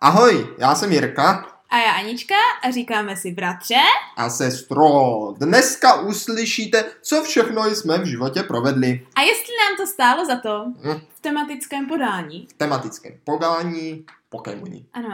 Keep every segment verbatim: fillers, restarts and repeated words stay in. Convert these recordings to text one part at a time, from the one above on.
Ahoj, já jsem Jirka. A já Anička a říkáme si bratře a sestro. Dneska uslyšíte, co všechno jsme v životě provedli. a jestli nám to stálo za to Hm. v tematickém podání. V tematickém podání Pokémoni. Ano.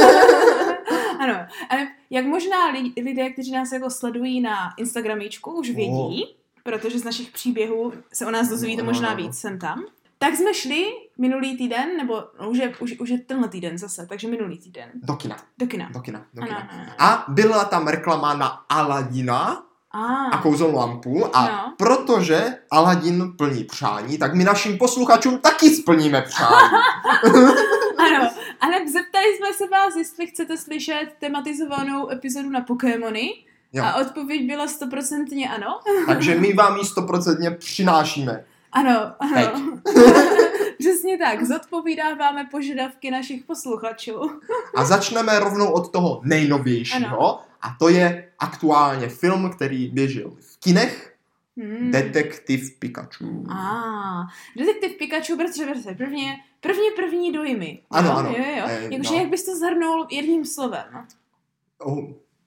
Ano, ale jak možná li- lidé, kteří nás jako sledují na Instagramíčku, už vědí, oh. protože z našich příběhů se o nás dozvíte No, možná no, no. víc sem tam, tak jsme šli minulý týden, nebo no, už, je, už, už je tenhle týden zase, takže minulý týden. Do kina. Do kina. Do kina. Do Ano, kina. ano, ano. A byla tam reklama na Aladina Ah. a kouzelnou lampu. A No. protože Aladin plní přání, tak my našim posluchačům taky splníme přání. Ano, ale zeptali jsme se vás, jestli chcete slyšet tematizovanou epizodu na Pokémony. Jo. A odpověď byla stoprocentně ano. Takže my vám ji stoprocentně přinášíme. Ano, ano. Teď. Přesně tak, zodpovídáváme požadavky našich posluchačů. A začneme rovnou od toho nejnovějšího. Ano. A to je aktuálně film, který běžel v kinech. Hmm. Detektiv Pikachu. A, Detektiv Pikachu, bratře, bratře, prvně, prvně první dojmy. Ano, jo, ano. Jo, jo. Eh, Jakože no. jak bys to zhrnul jedním slovem. Oh.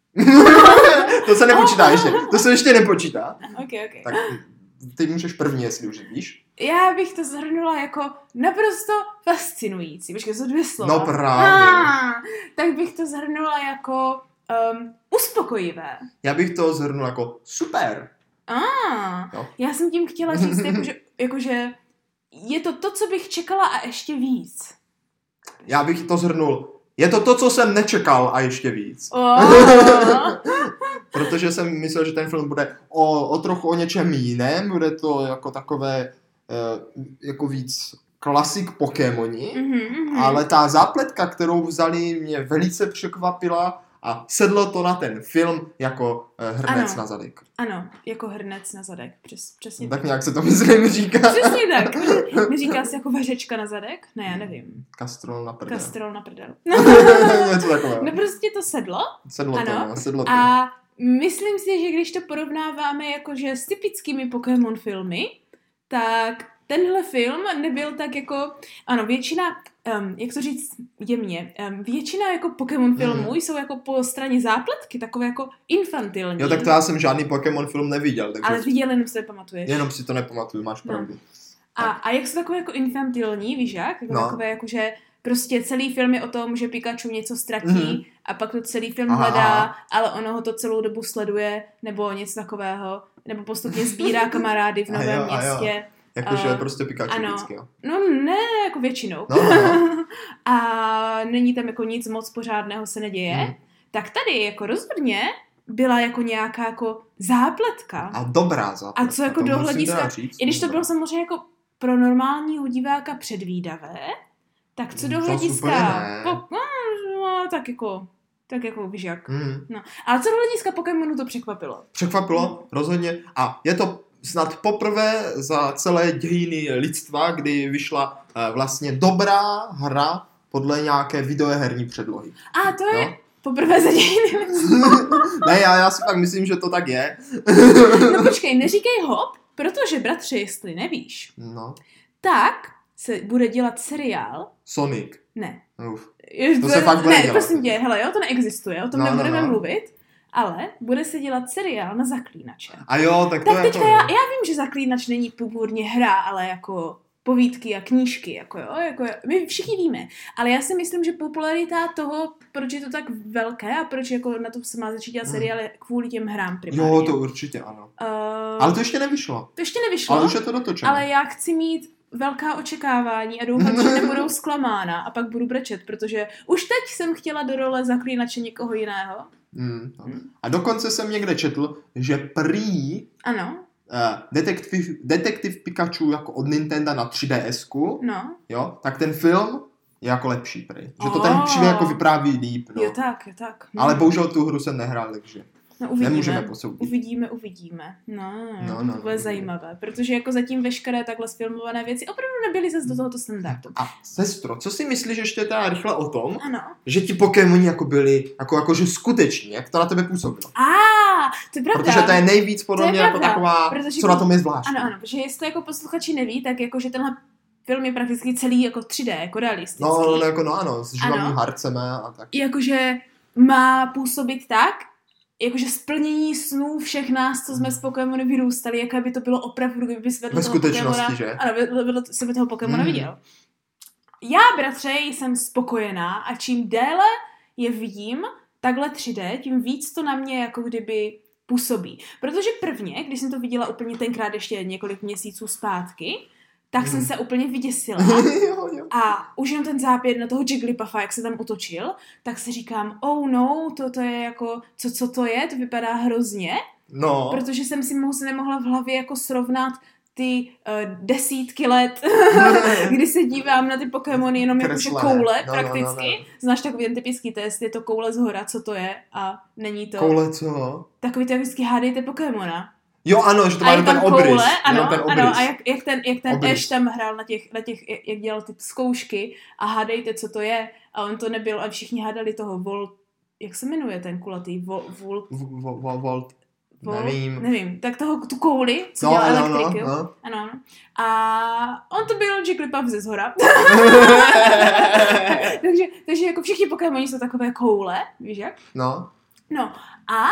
To se nepočítá ještě. To se ještě nepočítá. Ok, ok. Tak ty můžeš první, jestli už víš. Já bych to zhrnula jako naprosto fascinující. Počkej, jsou dvě slova. No právě. Ah, tak bych to zhrnula jako um, uspokojivé. Já bych to zhrnul jako super. Ah, Jo. já jsem tím chtěla říct, jakože, jakože je to to, co bych čekala a ještě víc. Já bych to zhrnul. Je to to, co jsem nečekal a ještě víc. Oh. Protože jsem myslel, že ten film bude o, o trochu o něčem jiném. Bude to jako takové, uh, jako víc klasik Pokémoni. Mm-hmm. Ale ta zápletka, kterou vzali, mě velice překvapila a sedlo to na ten film jako uh, hrnec Ano. na zadek. Ano, jako hrnec na zadek. Přes, přesně Tak nějak se to myslím říká. Přesně tak. Neříká se jako vařečka na zadek? Ne, já nevím. Kastrol na prdel. Kastrol na prdel. Něco takového. No prostě to sedlo. Sedlo to, Ano. no, sedlo to. A myslím si, že když to porovnáváme jakože s typickými Pokémon filmy, tak tenhle film nebyl tak jako, ano, většina, um, jak to říct jemně, um, většina jako Pokémon filmů Hmm. jsou jako po straně zápletky, takové jako infantilní. Jo, tak to já jsem žádný Pokémon film neviděl, takže Ale viděl, jenom se nepamatuješ. jenom si to nepamatuju, máš No. pravdu. A, a jak jsou takové jako infantilní, víš jak? Jako No. takové jako, že prostě celý film je o tom, že Pikachu něco ztratí Mhm. a pak to celý film Aha, hledá, aha. ale ono ho to celou dobu sleduje, nebo něco takového, nebo postupně sbírá kamarády v A novém jo, a jo. městě. Jakože A- prostě Pikachu ano. vždycky, jo. No ne, jako většinou. No, no, no. A není tam jako nic moc pořádného se neděje. Hmm. Tak tady jako rozhodně byla jako nějaká jako zápletka. A dobrá zápletka. A co jako to do musím hlediska, teda říct, i když to dobrá. bylo samozřejmě jako pro normálního diváka předvídavé, tak co do To hlediska, úplně ne. po, no, no, tak jako, tak jako víš jak. Hmm. No. Ale co do hlediska Pokémonu to překvapilo. Překvapilo, rozhodně. A je to snad poprvé za celé dějiny lidstva, kdy vyšla uh, vlastně dobrá hra podle nějaké videoherní předlohy. A to je Jo? poprvé za dějiny. Ne, já, já si fakt myslím, že to tak je. No počkej, neříkej hop, protože bratře, jestli nevíš, No, tak se bude dělat seriál. Sonic. Ne. Uf. Je To se fakt bude Ne, dělat. prosím tě, hele, jo, to neexistuje, o tom No, no, nebudeme no. mluvit, ale bude se dělat seriál na Zaklínače. A jo, tak to Tak je teďka to. já, no. já vím, že Zaklínač není původně hra, ale jako povídky a knížky, jako jo, jako my všichni víme, ale já si myslím, že popularita toho, proč je to tak velké a proč jako na to se má začít dělat Hmm. seriály kvůli těm hrám primárně. Jo, to určitě ano. Uh, Ale to ještě nevyšlo. to ještě nevyšlo, Ale už je to dotočené. ale já chci mít velká očekávání a doufám, že nebudou zklamána a pak budu brečet, protože už teď jsem chtěla do role Zaklínače někoho jiného. Mm, no. A dokonce jsem někde četl, že prý Ano, uh, detektiv, detektiv Pikachu jako od Nintendo na tři D S ku, no. jo, tak ten film je jako lepší prý. Že to Oh. ten příběh jako vypráví líp, no. Jo tak, jo tak. No. Ale bohužel tu hru jsem nehrál, takže no, uvidíme. nemůžeme posoudit. Uvidíme, uvidíme. No, No, no, no, to bude no. zajímavé, protože jako zatím veškeré takhle sfilmované věci opravdu nebyly zase do tohoto standardu. A sestro, co si myslíš ještě teda rychle o tom, Ano. že ti Pokémoni jako byli, jako, jako že skuteční, jak to na tebe působilo? A, to je pravda. Protože to je nejvíc podle To je mě jako pravda, taková, protože co na ty- tom je zvláštní. Ano, ano, protože jestli to jako posluchači neví, tak jako, že tenhle film je prakticky celý jako tři dé, jako realistický. No, no, jako, no ano, s živými Ano. harcemi a tak. Jakože má působit tak, jakože splnění snů všech nás, co jsme z Pokémony vyrůstali, jaké by to bylo opravdu, kdyby se vedle Ve toho skutečnosti, Pokémona, že? ano, vedle, vedle se by toho Pokémona Hmm. viděl. Já, bratře, jsem spokojená a čím déle je vidím takhle tři dé, tím víc to na mě jako kdyby působí. Protože prvně, když jsem to viděla úplně tenkrát ještě několik měsíců zpátky, tak Hmm. jsem se úplně vyděsila. jo, jo. A už jenom ten záběr na toho Jigglypuffa, jak se tam utočil, tak si říkám, oh no, to, to je jako, co, co to je, to vypadá hrozně, No. protože jsem si mohl, nemohla v hlavě jako srovnat ty uh, desítky let, kdy se dívám na ty Pokémony jenom jako že Kreslené. koule No, no, no, prakticky. no. Znáš takový ten typický test, je to koule z hora, co to je a není to. Koule co? Takový to vždycky hádejte Pokémona. Jo, ano, že to A má je jenom tam ten obrys. koule, ano, Jenom ten obrys. ano, a jak, jak ten, jak ten Obrys. Ash tam hrál na těch, na těch, jak, jak dělal ty zkoušky a hádejte, co to je. A on to nebyl a všichni hádali toho Volt, jak se jmenuje ten kulatý? Vol, Volt, V- vo- vo- Volt. Volt? Nevím. Nevím, tak toho, tu kouli, co No, dělal ano, no, elektriku. no. Ano, ano. A on to byl Jigglypuff ze zhora. takže, takže jako všichni Pokémoni jsou takové koule, víš jak? No. No a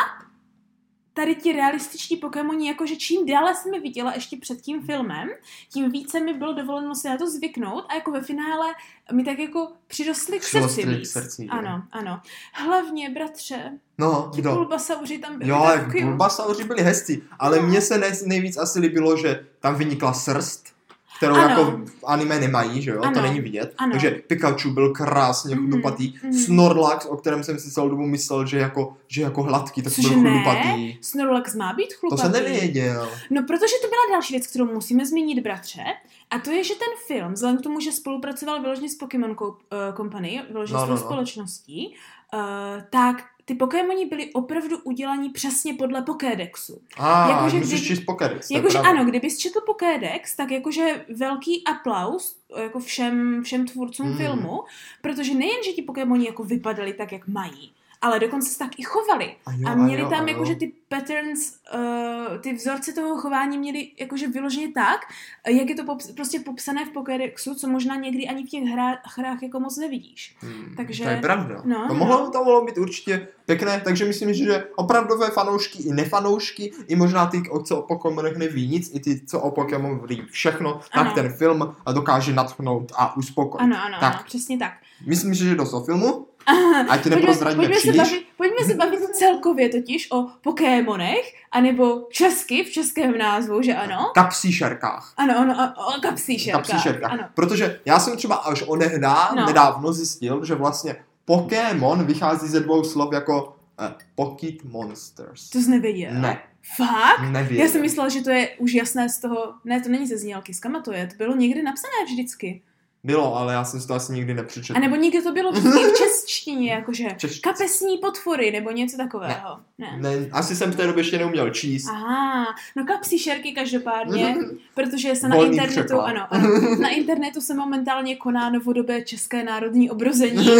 tady ti realističní Pokémoni, jakože čím déle jsem je viděla ještě před tím filmem, tím více mi bylo dovoleno si na to zvyknout a jako ve finále mi tak jako přirostly k srdci Přirostly k víc. srdci, jo. Ano, ano. Hlavně, bratře, No, ti kdo? Bulbasauři tam byli Jo, tak jak cute. Bulbasauři byli hezcí, ale No. mně se nej, nejvíc asi líbilo, že tam vynikla srst, kterou Ano. jako v anime nemají, že jo, Ano. to není vidět. Ano. Takže Pikachu byl krásně Mhm, chlupatý, mhm. Snorlax, o kterém jsem si celou dobu myslel, že jako, že jako hladký, tak Cože byl ne? chlupatý. Snorlax má být To chlupatý. jsem nevěděl. No, protože to byla další věc, kterou musíme zmínit, bratře. A to je, že ten film, vzhledem k tomu, že spolupracoval vyloženě s Pokémon Co- uh, Company, vyloženě No, s tou no, no. společností, uh, tak ty Pokémoni byli opravdu udělaní přesně podle Pokédexu. A, Jakože musíš kdyby- číst Pokédex. to je Jakože pravda. ano, kdybys četl Pokédex, tak jakože velký aplaus jako všem, všem tvůrcům Hmm. filmu, protože nejen, že ti Pokémoni jako vypadali tak, jak mají, ale dokonce se tak i chovali. A, jo, A měli jo, tam a jo. jakože ty patterns, uh, ty vzorce toho chování měli jakože vyloženě tak, jak je to pops- prostě popsané v Pokédexu, co možná někdy ani v těch hrách, hrách jako moc nevidíš. Hmm, Takže- to je pravda. no, to, no. mohlo, to mohlo být určitě pěkné, takže myslím, že opravdové fanoušky i nefanoušky, i možná ty, co o Pokémonech neví nic, i ty, co o Pokémon ví všechno, tak Ano. ten film dokáže nadchnout a uspokojit. Ano, ano, Tak. ano, přesně tak. Myslím, že je dost o filmu, ať ti Pojďme, neprozradíme pojďme, se příliš. bavit, pojďme se bavit celkově totiž o Pokémonech, anebo česky v českém názvu, že ano? Kapsíšerkách. Ano, ano, o, o kapsíšerkách. Kapsíšerkách. Ano. Protože já jsem třeba až onehdá, No. nedávno zjistil, že vlastně Pokémon vychází ze dvou slov jako eh, Pocket Monsters. To jsi nevěděl. Ne, Fakt? nevěděl. Já jsem myslela, že to je už jasné z toho, ne, to není ze znělky, z kama to je, to bylo někde napsané vždycky. Bylo, ale já jsem si to asi nikdy nepřečetl. A nebo někde to bylo vždycky v češtině, jakože Češ- kapesní potvory, nebo něco takového. Ne. Ne, asi jsem v té době ještě neuměl číst. Aha, no kapsíšerky každopádně, protože se na Volný internetu, překlad. ano, ano, na internetu se momentálně koná novodobé české národní obrození,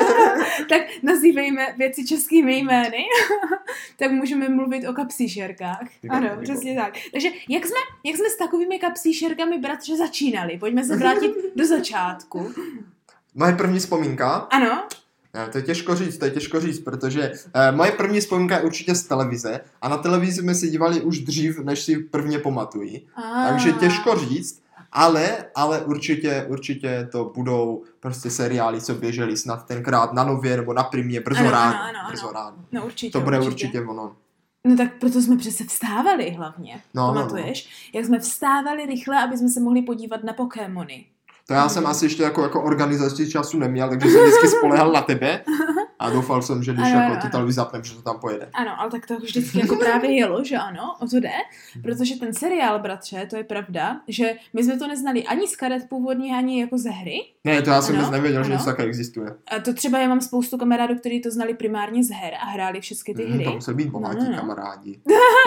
tak nazývejme věci českými jmény, tak můžeme mluvit o kapsíšerkách. Výborně, Ano, výborně. přesně tak. Takže jak jsme, jak jsme s takovými kapsíšerkami, bratře, začínali? Pojďme se vrátit do začátku. Moje první vzpomínka, Ano, eh, to je těžko říct, to je těžko říct, protože eh, moje první vzpomínka je určitě z televize a na televizi jsme si dívali už dřív, než si prvně pamatuji. a... Takže těžko říct, ale, ale určitě, určitě to budou prostě seriály, co běžely snad tenkrát na Nově nebo na Primě, brzo Ano, ráno. ano, ano, brzo ano. ráno. No určitě, To bude určitě. určitě ono. No tak proto jsme přece vstávali hlavně. No, no, no. Pamatuješ? Jak jsme vstávali rychle, aby jsme se mohli podívat na Pokémony. To já jsem asi ještě jako, jako organizaci času neměl, takže jsem vždycky spolehal na tebe a doufal jsem, že když Ano, jako ano, tu ano. televizi zapnem, že to tam pojede. Ano, ale tak to vždycky jako právě jelo, že ano, o to jde. Protože ten seriál, bratře, to je pravda, že my jsme to neznali ani z karet původně, ani jako ze hry. Ne, to já jsem Ano, vůbec nevěděl, že ano. něco také existuje. A to třeba já mám spoustu kamarádů, kteří to znali primárně z her a hráli všechny ty Mm, hry. to musí být bohatí No, no, no. kamarádi.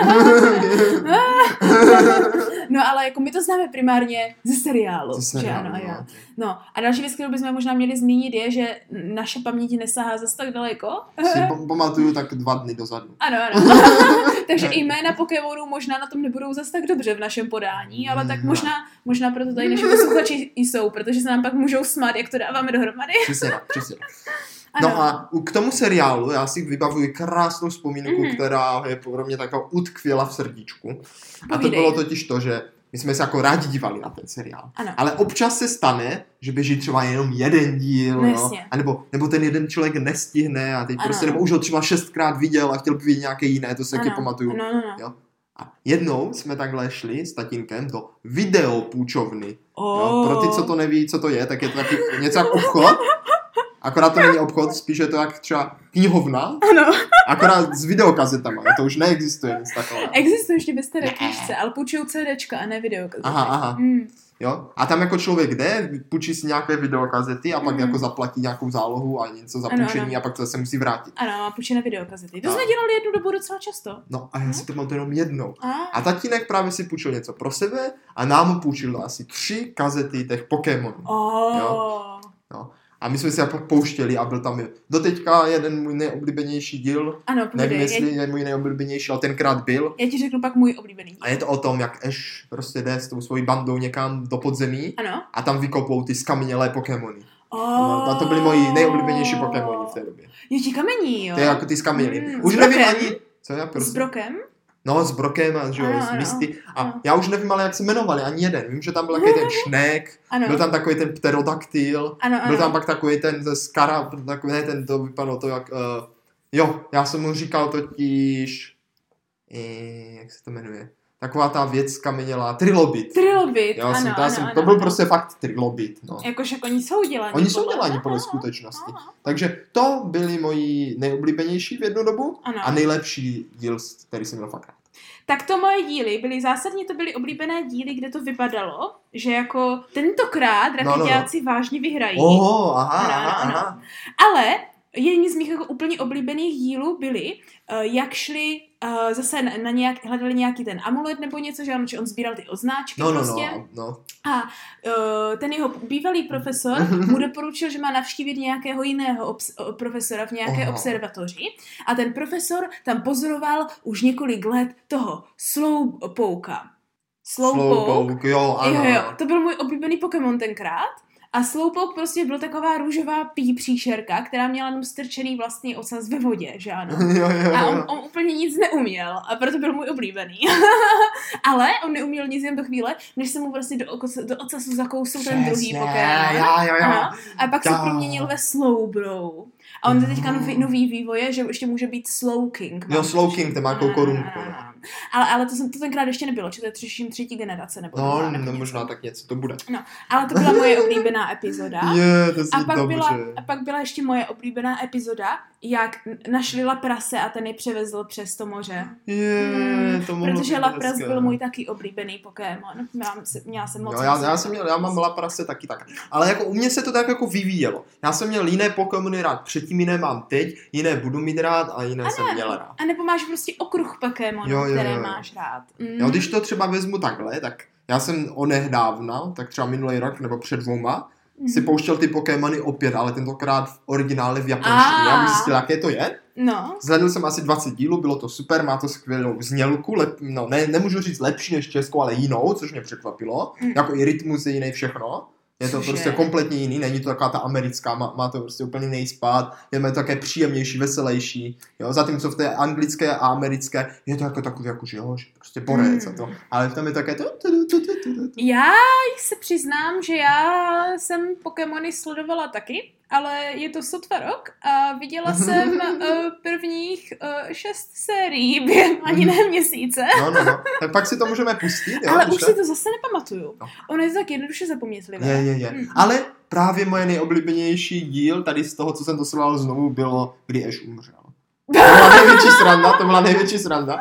No ale jako my to známe primárně ze seriálu. Ze že seriálu, ano, no. jo. No a další věc, kterou bychom možná měli zmínit, je, že naše paměť nesahá zase tak daleko. Si pamatuju tak dva dny dozadu. Ano, ano. Takže i jména Pokémonů možná na tom nebudou zas tak dobře v našem podání, ale tak možná, možná proto tady naši posluchači jsou, protože se nám pak můžou smát, jak to dáváme dohromady. Přesně, přesně. No a k tomu seriálu já si vybavuji krásnou vzpomínku, mm-hmm. která je pro mě taková utkvěla v srdíčku. A to Povídej. bylo totiž to, že my jsme se jako rádi dívali na ten seriál. Ano. Ale občas se stane, že běží třeba jenom jeden díl, No, no, a nebo, nebo ten jeden člověk nestihne a teď Ano. prostě, nebo už ho třeba šestkrát viděl a chtěl by vidět nějaké jiné, to se taky pamatuju. No, no, no. Jo? A jednou jsme takhle šli s tatínkem do videopůjčovny. Oh. Jo? Pro ty, co to neví, co to je, tak je to taky něco jak obchod. Akorát to není obchod, spíš je to jak třeba knihovna, Ano. akorát s videokazetama, to už neexistuje nic takového. Existuje ještě ve staré knížce, ale půjčují CDčka a ne videokazety. Aha, aha. Mm. Jo? A tam jako člověk jde, půjčí si nějaké videokazety a pak Mhm. jako zaplatí nějakou zálohu a něco za Ano, půjčení ano. a pak to se musí vrátit. Ano, půjčené videokazety. To No. jsme dělali jednu dobu docela často. No a já si to mám jenom jednou. A, A tatínek právě si půjčil něco pro sebe a nám půjčil asi tři kazety těch Pokémonů. oh. Jo. No. A my jsme si pak pouštěli a byl tam doteďka jeden můj nejoblíbenější díl. Ano, povídej. Nevím, jestli Já, je můj nejoblíbenější, ale tenkrát byl. já ti řeknu pak můj oblíbený. A je to o tom, jak Ash prostě jde s tou svojí bandou někam do podzemí Ano. a tam vykopou ty skamenělé Pokémony. Oh. No, a to byly moji nejoblíbenější Pokémoni v té době. Je ti kamení, jo? To je jako ty skamenělí. Mm, Už s nevím Brokem? ani... Co já prostě? S Brokem? No, s Brokem a že jo, Ano, s ano, Misty. A ano. já už nevím, ale jak se jmenovali, ani jeden. Vím, že tam byl takový ten šnek, Ano. byl tam takový ten pterodaktyl, Ano, ano. byl tam pak takový ten skara, takový, ne, ten to vypadalo to jak... Uh, jo, já jsem mu říkal totiž... Eh, jak se to jmenuje? Taková ta věc kamenělá, trilobit. Trilobit, Jo, ano, jsem, to, já ano, jsem, ano, to byl ano. prostě fakt trilobit, no. Jakož jak oni jsou dělaní. Oni jsou podle- dělaní podle Aha, skutečnosti. aha. Takže to byli moji nejoblíbenější v jednu dobu Ano. a nejlepší díl, který jsem měl fakt rád. Tak to moje díly byly zásadně, to byly oblíbené díly, kde to vypadalo, že jako tentokrát rakeťáci no, no, no. vážně vyhrají. Oh, aha, Ano, aha, ano, aha. Ale jedni z mých jako úplně oblíbených dílů byly, uh, jak šli uh, zase na, na nějak, hledali nějaký ten amulet nebo něco, že on, že on sbíral ty označky No, no, prostě. no, no. A uh, ten jeho bývalý profesor mu doporučil, že má navštívit nějakého jiného obs- profesora v nějaké Aha. observatoři. A ten profesor tam pozoroval už několik let toho Slowpokea. Slowpoke. Slowpoke, jo, ano. Jo, jo, to byl můj oblíbený Pokémon tenkrát. A Slowpoke prostě byl taková růžová pí příšerka, která měla jenom strčený vlastní ocas ve vodě, že ano. jo, jo, A on, jo. on úplně nic neuměl a proto byl můj oblíbený. Ale on neuměl nic jen do chvíle, než se mu prostě do, okos, do ocasu zakousl ten druhý Přesně, Pokémon. jo, jo, jo. Aha. A pak se Jo. proměnil ve Slowbro. A on je teďka nový, nový vývoje, že ještě může být Slowking. Jo, Slowking, ten má jako korunku. no. Ale, ale to, jsem, to tenkrát ještě nebylo, či to je třetí, třetí generace nebo No, druhá, no, nebo něco. možná tak něco, to bude. No, ale to byla moje oblíbená epizoda. Je, to A si pak, dobře. byla, a pak byla ještě moje oblíbená epizoda, jak našli Laprase a ten ji převezl přes to moře. Je, Hmm, to mohlo protože být Lapras hezké. byl můj taky oblíbený Pokémon. Měla, měla jsem moc. Jo, já, já jsem měl, já mám Laprase taky tak. Ale jako u mě se to tak jako vyvíjelo. Já jsem měl jiné Pokémony rád předtím, jiné mám teď, jiné budu mít rád a jiné jsem měl rád. A nebo máš prostě okruh Pokémonů, Jo, jo, které jo. máš rád. Mm. Jo, když to třeba vezmu takhle, tak já jsem onehdávna, tak třeba minulý rok nebo před dvouma, si pouštěl ty Pokémony opět, ale tentokrát v originále v japonštině. Já bych zjistil, jaké to je. No. Zhlédl jsem asi dvacet dílů, bylo to super, má to skvělou znělku, lep, no ne, nemůžu říct lepší než českou, ale jinou, což mě překvapilo. Mm. Jako i rytmus je jiný, všechno. Je to Cože? prostě kompletně jiný, není to taková ta americká, má, má to prostě úplně jiný spát, je to také příjemnější, veselější, jo, zatímco v té anglické a americké je to jako takový, jako, že jo, že prostě borec Mm. a to, ale tam je také to, to, to, to, to, to. Já se přiznám, že já jsem Pokémony sledovala taky, ale je to sotva rok a viděla jsem uh, prvních uh, šest sérií během ani ne měsíce. No, no, no, tak pak si to můžeme pustit, jo, Ale když už to- si to zase nepamatuju. No. Ono je to tak jednoduše zapomnětlivé. Je, je, je. Mm. Ale právě moje nejoblíbenější díl tady z toho, co jsem dosledoval znovu, bylo, kdy Ash umřel. To byla největší sranda, to byla největší sranda.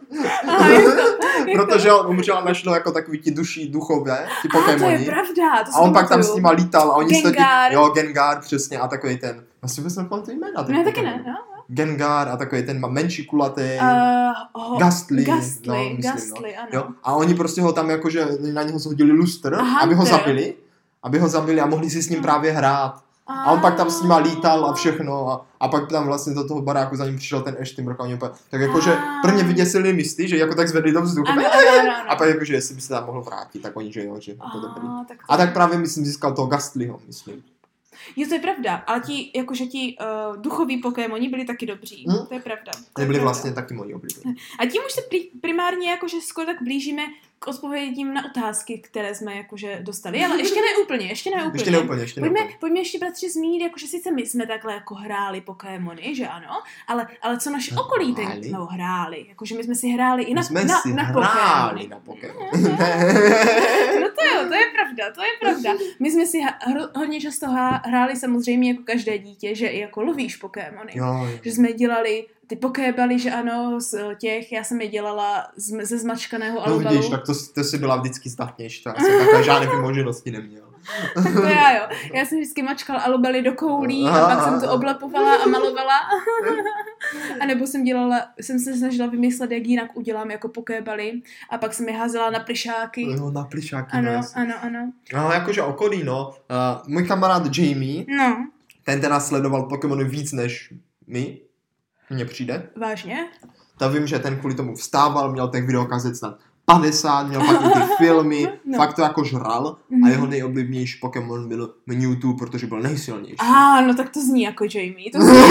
Aha, jak to, jak Protože on umřel a našlo jako takový ti duší duchové, ti to? A to je Pokémoni. pravda, to si A on pak tam s pamatuju. nima lítal a oni se Gengar. Jo, Gengar, přesně, a takový ten, já si vůbec nepamatuji jména. těch Ne, taky Pokémonů. ne, no. Gengar a takový ten menší kulatý. Uh, oh, Gastly, Gastly, no, myslím, Gastly, ano. Jo, a oni prostě ho tam jakože na něho zhodili lustr, A aby ho Hunter. zabili, aby ho zabili a mohli si s ním právě hrát. A on pak tam s nima lítal a všechno a, a pak tam vlastně do toho baráku za ním přišel ten Ash tím rokem. Tak jakože prvně vyděsili misty, že jako tak zvedli do vzduchu. Ano, ano, ano, ano. A pak jakože jestli by se tam mohl vrátit, tak oni, že jo, že Aha, to dobrý. tak to... A tak právě myslím získal toho Gastlyho, myslím. Jo, to je pravda, ale ti, jakože ti uh, duchoví Pokémoni byli taky dobří, hmm? to je pravda. To Nebyli je vlastně taky moji oblíbení. A tím už se pri, primárně jakože skoro tak blížíme k odpovědím na otázky, které jsme jakože dostali, ale ještě ne úplně, ještě ne úplně. Ještě ne úplně, ještě pojďme, ne úplně. Pojďme ještě, bratři, zmínit, jakože sice my jsme takhle jako hráli Pokémony, že ano, ale, ale co naše okolí ten, no hráli, jakože my jsme si hráli i na, jsme na, si na hráli Pokémony. na Pokémony. No to jo, to je pravda, to je pravda. My jsme si hro, hodně často hráli samozřejmě jako každé dítě, že i jako lovíš Pokémony. Jo, jo. Že jsme dělali ty pokébaly, že ano, z těch, já jsem je dělala z, ze zmačkaného alubalu. No vidíš, tak to, to si byla vždycky zdatnější, já jsem takové žádné vymoženosti neměl. Tak to já jo. Já jsem vždycky mačkal alubaly do koulí a pak jsem to oblepovala a malovala. A nebo jsem dělala, jsem se snažila vymyslet, jak jinak udělám jako pokébaly a pak jsem je házela na plišáky. No, na plišáky. Ano, no, ano, ano. No, jakože okolí, no. Uh, můj kamarád Jamie, No. ten teda sledoval Pokémony víc než my. Mně přijde. Vážně? Tak vím, že ten kvůli tomu vstával, měl těch videokazet snad padesát, měl pak i ty filmy, no. Fakt to jako žral mm-hmm. a jeho nejoblíbenější Pokémon byl Mewtwo, protože byl nejsilnější. Ah, no tak to zní jako Jamie, to zní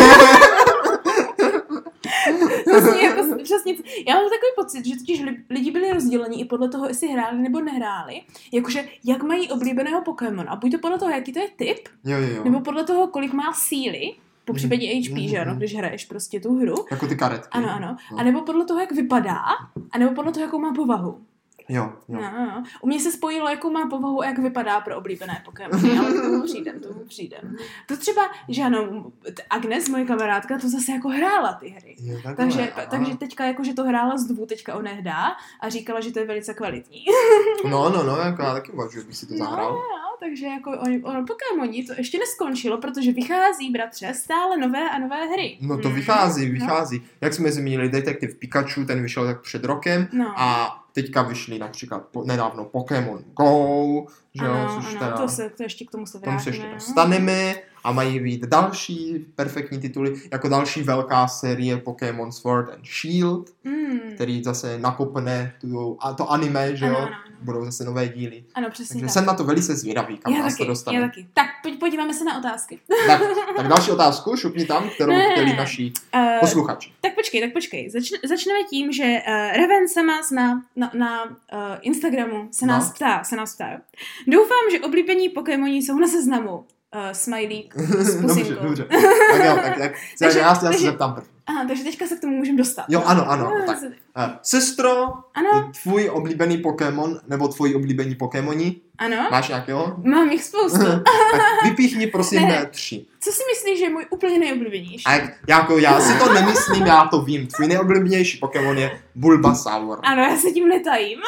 to zní jako přesně, já mám takový pocit, že totiž lidi byli rozděleni i podle toho, jestli hráli nebo nehráli, jakože jak mají oblíbeného Pokémona, a buď to podle toho, jaký to je typ, jo, jo, jo. nebo podle toho, kolik má síly, po případě H P, mm, že ano, když hraješ prostě tu hru. Jako ty karetky. Ano, ano. A nebo podle toho, jak vypadá, a nebo podle toho, jakou má povahu. Jo, jo. No, no. U mě se spojilo, jakou má povahu a jak vypadá pro oblíbené Pokémony, ale k tomu přijdem, tomu přijdem. To třeba, že ano, Agnes, moje kamarádka, to zase jako hrála ty hry. Jo, takže, takže teďka jako, že to hrála z dvou teďka onehdá a říkala, že to je velice kvalitní. No, no, no, jako já taky uvažuji, že bych si to zahrál. No, no, takže jako on, on, Pokémoni to ještě neskončilo, protože vychází, bratře, stále nové a nové hry. No to vychází, vychází. No. Jak jsme zmínili, Detektiv Pikachu, ten vyšel tak před rokem no. a teďka vyšly například po, nedávno Pokémon Go, že ano, jo, což ano, teda... to se, to ještě k tomu se vrátíme. Tomu se ještě dostaneme a mají být další perfektní tituly, jako další velká série Pokémon Sword and Shield, mm. který zase nakopne tu, a to anime, že jo, ano, ano, ano. Budou zase nové díly. Ano, přesně Takže tak. jsem na to velice zvědavý, kam já nás taky, to dostane. Já taky. Tak, pojď, podíváme se na otázky. Tak, tak další otázku, šupni tam, kterou ne, chtěli naši uh, posluchači. Tak počkej, tak počkej. Začne, začneme tím, že uh, Raven sama na, na, na uh, Instagramu se nás no. ptá, se nás ptá. Doufám, že oblíbení Pokémoni jsou na seznamu. Uh, smajlík s pusinkou. Dobře, dobře. Tak jo, tak, tak takže, já, já se zeptám první. Aha, takže teďka se k tomu můžeme dostat. Jo, ano, ano. No, tak. Uh, sestro, ano. tvůj oblíbený Pokémon, nebo tvoji oblíbení Pokémoni? Ano. Máš nějakého? Mám jich spoustu. Tak vypíchni prosím ne. tři. Co si myslíš, že je můj úplně nejoblíbenější? A jak, jako já si to nemyslím, já to vím. Tvůj nejoblíbenější Pokémon je Bulbasaur. Ano, já se tím netajím.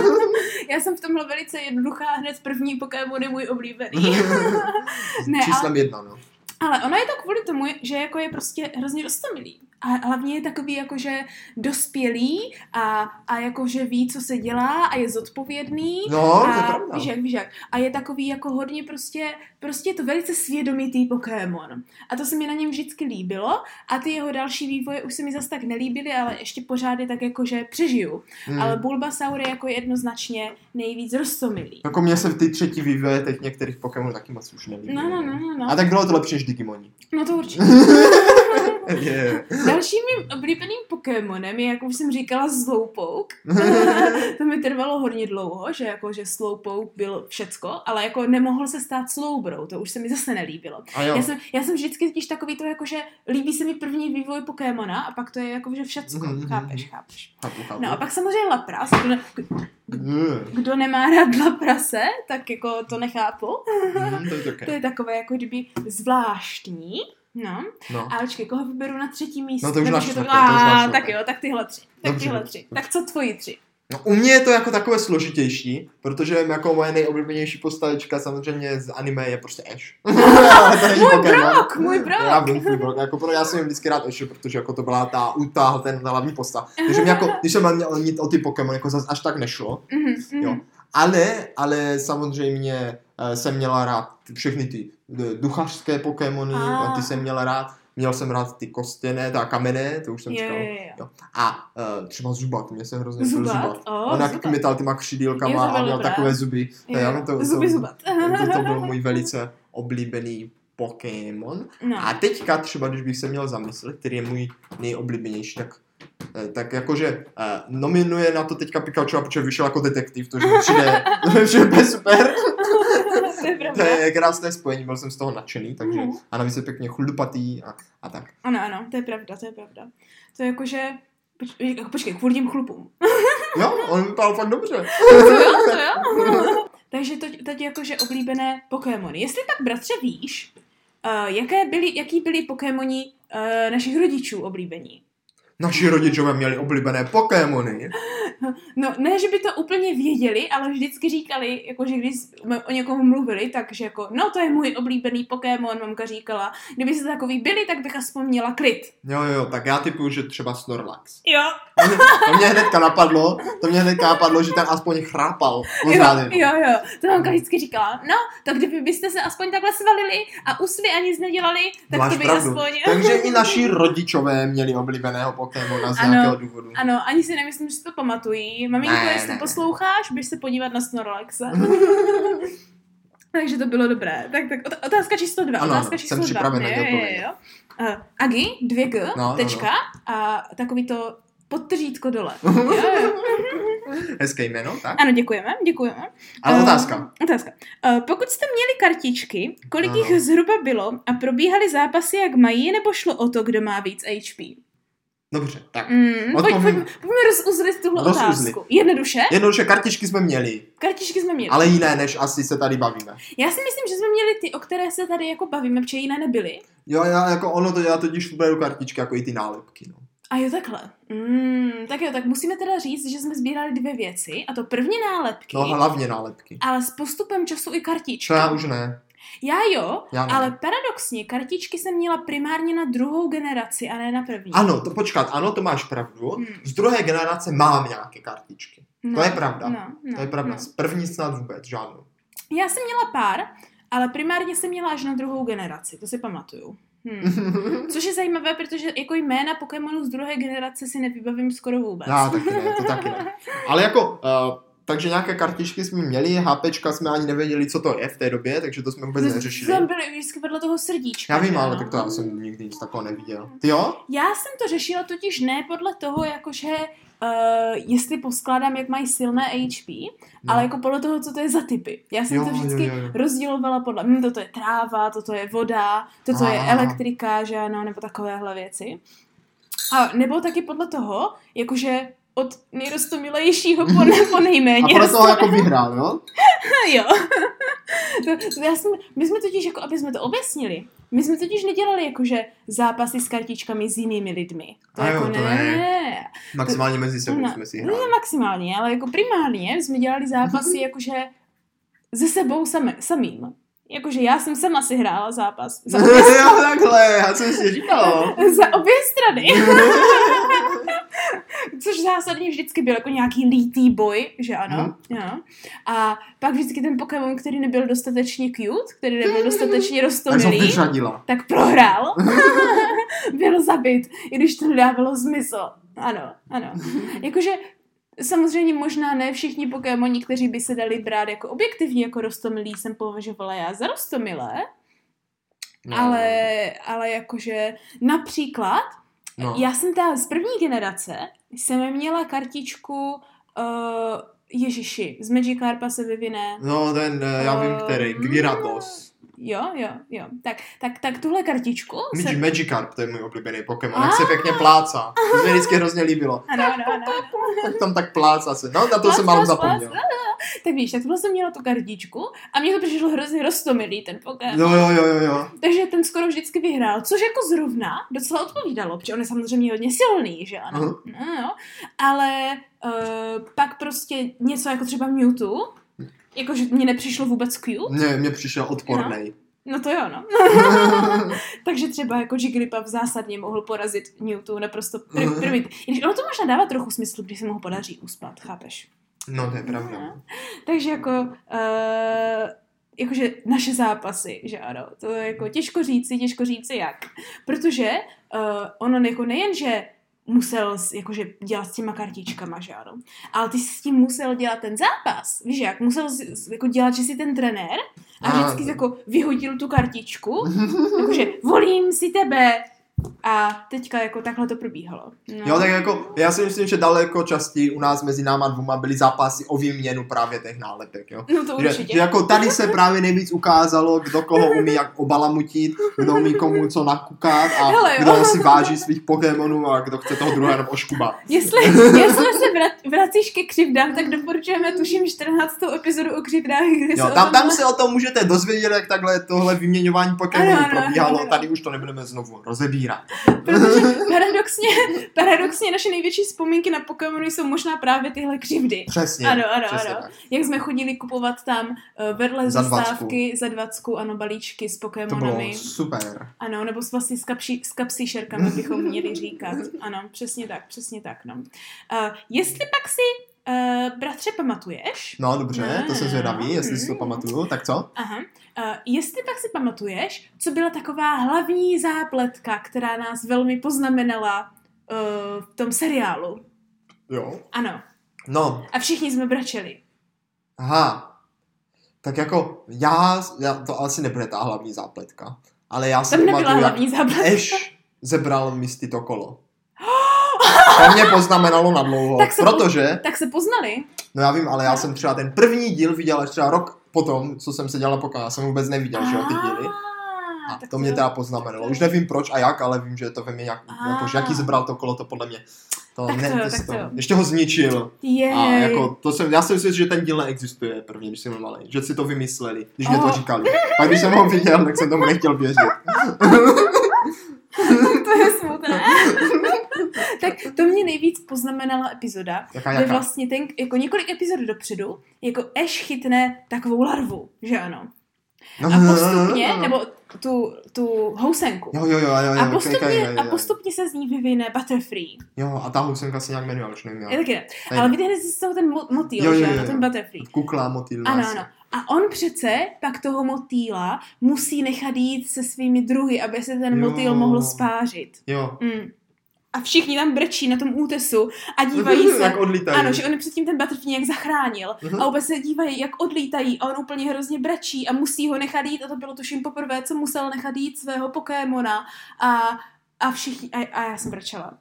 Já jsem v tomhle velice jednoduchá, hned první Pokémon je můj oblíbený. ne, Číslem ale, jedna, no. Ale ono je to kvůli tomu, že jako je prostě hrozně roztomilý. A hlavně je takový jakože dospělý a, a jakože ví, co se dělá a je zodpovědný. No, a, to je pravda. Víš jak, víš jak. A je takový jako hodně prostě, prostě je to velice svědomitý Pokémon. A to se mi na něm vždycky líbilo a ty jeho další vývoje už se mi zase tak nelíbily, ale ještě pořád je tak jakože přežiju. Hmm. Ale Bulbasaur je jako jednoznačně nejvíc roztomilý. Jako mně se ty třetí vývoje těch některých Pokémonů taky moc už nelíbí. No, no, no, no. A tak bylo to lepší než Digimoni. No to určitě. Yeah. Dalším mým oblíbeným Pokémonem je, jak už jsem říkala, Slowpoke. To mi trvalo hodně dlouho, že jako, že Slowpoke byl všecko, ale jako nemohl se stát Slowbro, to už se mi zase nelíbilo. Já jsem, já jsem vždycky totiž takový to, jako, že líbí se mi první vývoj Pokémona a pak to je jako, že všecko. Mm-hmm. Chápeš, chápeš. Chápu, chápu. No a pak samozřejmě Lapras. Kdo, ne, kdo nemá rád Laprase, tak jako to nechápu. Mm, to, je to je takové jako kdyby zvláštní. No, no. A počkej, koho vyberu na třetí místo? No to už máš to... to, A, tak jo, tak tyhle tři. Tak dobře, tyhle dobře, tři. dobře. Tak co tvoji tři? No, u mě je to jako takové složitější, protože jako moje nejoblíbenější postavička samozřejmě z anime je prostě Ash. Můj brok, můj brok. Já vím, tvůj brok. Jako, já jsem jim vždycky rád Ash, protože jako to byla ta utáhl ten hlavní postav. Takže mě jako, když jsem měl o ty Pokémon, jako zase až tak nešlo. Mm-hmm. Jo. Ale, ale samozřejmě uh, jsem měla rád všechny ty duchařské Pokémony, a ty jsem měla rád. Měl jsem rád ty kostěné, ta kamenné, to už jsem je, říkal. je, jo. A uh, třeba Zubat, mě se hrozně líbil Zubat. Zubat. Oh, On jak kmital těma křidílkama a měl dobré. takové zuby. Jo, Já to, zuby to, Zubat. to, to byl můj velice oblíbený Pokémon. No. A teďka třeba, když bych se měl zamyslet, který je můj nejoblíbenější, tak tak jakože uh, nominuje na to teďka Pikachu, protože vyšel jako detektiv, to, že mi přijde, přijde super. To je To je krásné spojení, byl jsem z toho nadšený, takže mm. a navíc je pěkně chlupatý a, a tak. Ano, ano, to je pravda, to je pravda. To je jakože, poč, počkej, kvůli těm chlupům. Jo, on vypadal fakt dobře. To jo, to jo. Takže to, teď jakože oblíbené Pokémony. Jestli tak, bratře, víš, uh, jaké byly, jaký byly Pokémoni uh, našich rodičů oblíbení? Naši rodičové měli oblíbené Pokémony. No, ne, že by to úplně věděli, ale vždycky říkali, jakože když jsme o někom mluvili, takže jako, no to je můj oblíbený Pokémon, mamka říkala. Kdyby se takový byli, tak bych aspoň měla klid. Jo, jo, tak já typuju, že třeba Snorlax. Jo. To mě hnedka napadlo, to mě hnedka napadlo, že ten aspoň chrápal. Jo, jo, jo, to mamka vždycky říkala, no, tak kdyby byste se aspoň takhle svalili a usli a nic nedělali, tak Máš to by pravdu. aspoň... Takže i naši rodičové měli oblíbeného Pokémona z ano, nějakého důvodu. Ano, ani si nemyslím, že si to pamatují. Maminko, Ne, jestli ne, posloucháš, běž se podívat na Snorlaxe. Takže to bylo dobré. Tak, tak otázka číslo dva. Ano, otázka ano, číslo jsem připraven na dva. odpověď. Uh, Agi, dvě G, No, tečka no, no. a takový to podtržítko dole. jo, jo. Hezké jméno, tak? Ano, děkujeme, děkujeme. Ale Uh, otázka. Otázka. Uh, pokud jste měli kartičky, kolik Ano. jich zhruba bylo a probíhaly zápasy jak mají, nebo šlo o to, kdo má víc H P? Dobře, tak. Mm, pojď, Odpovím. pojď, pojďme rozuzlit tuhle Rozuzlit. otázku. Jednoduše? Jednoduše, kartičky jsme měli, Kartičky jsme měli. ale jiné, než asi se tady bavíme. Já si myslím, že jsme měli ty, o které se tady jako bavíme, protože jiné nebyly. Jo, já jako ono to, já totiž beru kartičky jako i ty nálepky, no. A jo, takhle. Mm, tak jo, tak musíme teda říct, že jsme sbírali dvě věci. A to první nálepky, No hlavně nálepky. ale s postupem času i kartičky. To já už ne. Já jo, Já ne. ale paradoxně kartičky jsem měla primárně na druhou generaci a ne na první. Ano, to počkat, ano, to máš pravdu. Hmm. Z druhé generace mám nějaké kartičky. No, To je pravda. No, no, To je pravda. No. Z první snad vůbec žádnou. Já jsem měla pár, ale primárně jsem měla až na druhou generaci, to si pamatuju. Hmm. Což je zajímavé, protože jako jména Pokémonů z druhé generace si nevybavím skoro vůbec. Já taky ne, to taky ne. Ale jako, uh, takže nějaké kartičky jsme měli, HPčka jsme ani nevěděli, co to je v té době, takže to jsme vůbec neřešili. Tam byly vždycky vedle toho srdíčka. Já vím, že ale ano? tak to já jsem nikdy nic takového neviděl. Ty jo? Já jsem to řešila totiž ne podle toho, jakože uh, jestli poskládám, jak mají silné H P, no. ale jako podle toho, co to je za typy. Já jsem Jo, to vždycky jo, jo, jo. rozdělovala podle, hm, toto je tráva, toto je voda, toto je Aha. elektrika, že ano, nebo takovéhle věci. A nebo taky podle toho, jakože od nejrostomilejšího po, ne, po nejméně. A podle toho jako vyhrál, jo? Jo. to, to já jsem, my jsme totiž, jako, aby jsme to objasnili, my jsme totiž nedělali jakože zápasy s kartičkami s jinými lidmi. To A jako jo, to ne, ne. ne. Maximálně mezi sebou No, jsme si Ne hráli. maximálně, ale jako primárně jsme dělali zápasy jakože se sebou sami, samým. Jakože já jsem sama si hrála zápas. Za obě, Jo, takhle, já jsem si říkal. za obě strany. Což zásadně vždycky byl jako nějaký lítý boj, že ano. Hmm. Jo. A pak vždycky ten Pokémon, který nebyl dostatečně cute, který nebyl dostatečně Tak jsem roztomilý, vyřadila. tak prohrál. Byl zabit, i když to nedávalo smysl. Ano, ano. Jakože samozřejmě možná ne všichni Pokémoni, kteří by se dali brát jako objektivně jako roztomilí, jsem považovala já za roztomilé, No. ale, ale jakože například No. já jsem ta z první generace, jsem měla kartičku uh, Ježiši, z Magikarpa se vyvine. No, ten, eh, já vím, který, Um, Gyarados. Jo, jo, jo. Tak, tak, tak tuhle kartičku Magic, se... Magikarp, to je můj oblíbený Pokémon, jak se pěkně plácá. To se mi vždycky hrozně líbilo. Ano, ano, ano. Tak tam tak plácá se. No, na to Plác, jsem málo plác, plác. zapomněl. Tak víš, tak tohle jsem měla tu kartičku a mně to přišlo hrozně roztomilý ten Pokémon. Jo, jo, jo, jo, jo. Takže ten skoro vždycky vyhrál, což jako zrovna docela odpovídalo, protože on je samozřejmě hodně silný, že ano. Aha. No, jo. Ale uh, pak prostě něco jako třeba Mewtwo, jakože mně nepřišlo vůbec cute. Mně, mně přišel odpornej. No to jo, no. Takže třeba jako Jigglypuff zásadně mohl porazit Mewtwo naprosto pr- prvit. I když ono to možná dává trochu smysl, když se mu podaří uspat, chápeš? No, to je pravda. Takže jako uh, jakože naše zápasy, že ano, to je jako těžko říci, těžko říci jak, protože uh, ono jako nejen, že musel jakože dělat s těma kartičkama, že ano, ale ty jsi s tím musel dělat ten zápas, víš jak, musel jsi jako dělat, že jsi ten trenér a vždycky jako vyhodil tu kartičku, jakože volím si tebe, a teďka jako takhle to probíhalo. No. Jo, tak jako, já si myslím, že daleko častěji u nás mezi náma dvoma byly zápasy o výměnu právě těch nálepek, jo. No to určitě. Že, že jako tady se právě nejvíc ukázalo, kdo koho umí jak obalamutit, kdo umí komu co nakukat a hele, kdo si váží svých Pokémonů a kdo chce toho druhého jenom oškubat. Jestli, jestli se vrat, vracíš ke křivdám, tak doporučujeme tuším čtrnáctou epizodu o křivdách. Kde jo, tam, tam se o tom můžete dozvědět, jak takhle tohle vyměňování Pokémonů ano, probíhalo, ano, ano. Tady už to nebudeme znovu rozebírat. Protože paradoxně, paradoxně naše největší vzpomínky na Pokémony jsou možná právě tyhle křivdy. Přesně. Ano, ano, přesně ano. Tak. Jak jsme chodili kupovat tam uh, vedle za zastávky za dvacku, ano, balíčky s Pokémonami. To bylo super. Ano, nebo vlastně s, kapší, s kapsíšerkami bychom měli říkat. Ano, přesně tak, přesně tak, no. Uh, jestli pak si Uh, bratře, pamatuješ? No dobře, no, to jsem zvědavý, no, jestli si to pamatuju, tak co? Aha. Uh, jestli pak si pamatuješ, co byla taková hlavní zápletka, která nás velmi poznamenala uh, v tom seriálu? Jo. Ano. No. A všichni jsme brečeli. Aha. Tak jako, já, já to asi nebude ta hlavní zápletka, ale já si Tam nebyla pamatuju, hlavní zápletka. Ash zebral Misty to kolo. To mě poznamenalo na dlouho, tak protože... Po, tak se poznali. No já vím, ale já jsem třeba ten první díl viděl až třeba rok potom, co jsem se dělala pokoje. Já jsem vůbec neviděl, že jo, ty díly. A to mě teda poznamenalo. Už nevím proč a jak, ale vím, že to ve mně nějak... Jako, že jaký zebral to kolo, to podle mě... To, tak ne, to, to, tak to, to. ještě ho zničil. Jej. A jako, to jsem, já si myslím, že ten díl neexistuje první, když jsem byl malý. Že si to vymysleli, když oh. mě to říkali. Pak když jsem ho viděl, tak jsem tomu nechtěl věřit. To je smutné. Tak to mě nejvíc poznamenala epizoda, jaká, kde jaká? vlastně ten, jako několik epizod dopředu, jako Ash chytne takovou larvu, že ano. A postupně, nebo tu, tu housenku. Jo, jo, jo, jo, jo, a, postupně, okay, okay, okay, a postupně se z ní vyvine Butterfree. Jo, a ta housenka se nějak jmenuje, ale už nevím. Já taky ne. Ale vytáhne si z toho ten mo- motýl, jo, jo, že jo, ano, jo. ten Butterfree. Kukla, motýl. Ano, ano. A on přece pak toho motýla musí nechat jít se svými druhy, aby se ten jo. motýl mohl spářit. Jo. Mm. A všichni tam brečí na tom útesu a dívají se. Jak odlítají. Ano, že on předtím ten Butterfree nějak zachránil. Uh-huh. A vůbec se dívají, jak odlítají a on úplně hrozně brečí a musí ho nechat jít. A to bylo tuším poprvé, co musel nechat jít svého Pokémona. A, a všichni, a, a já jsem brečela.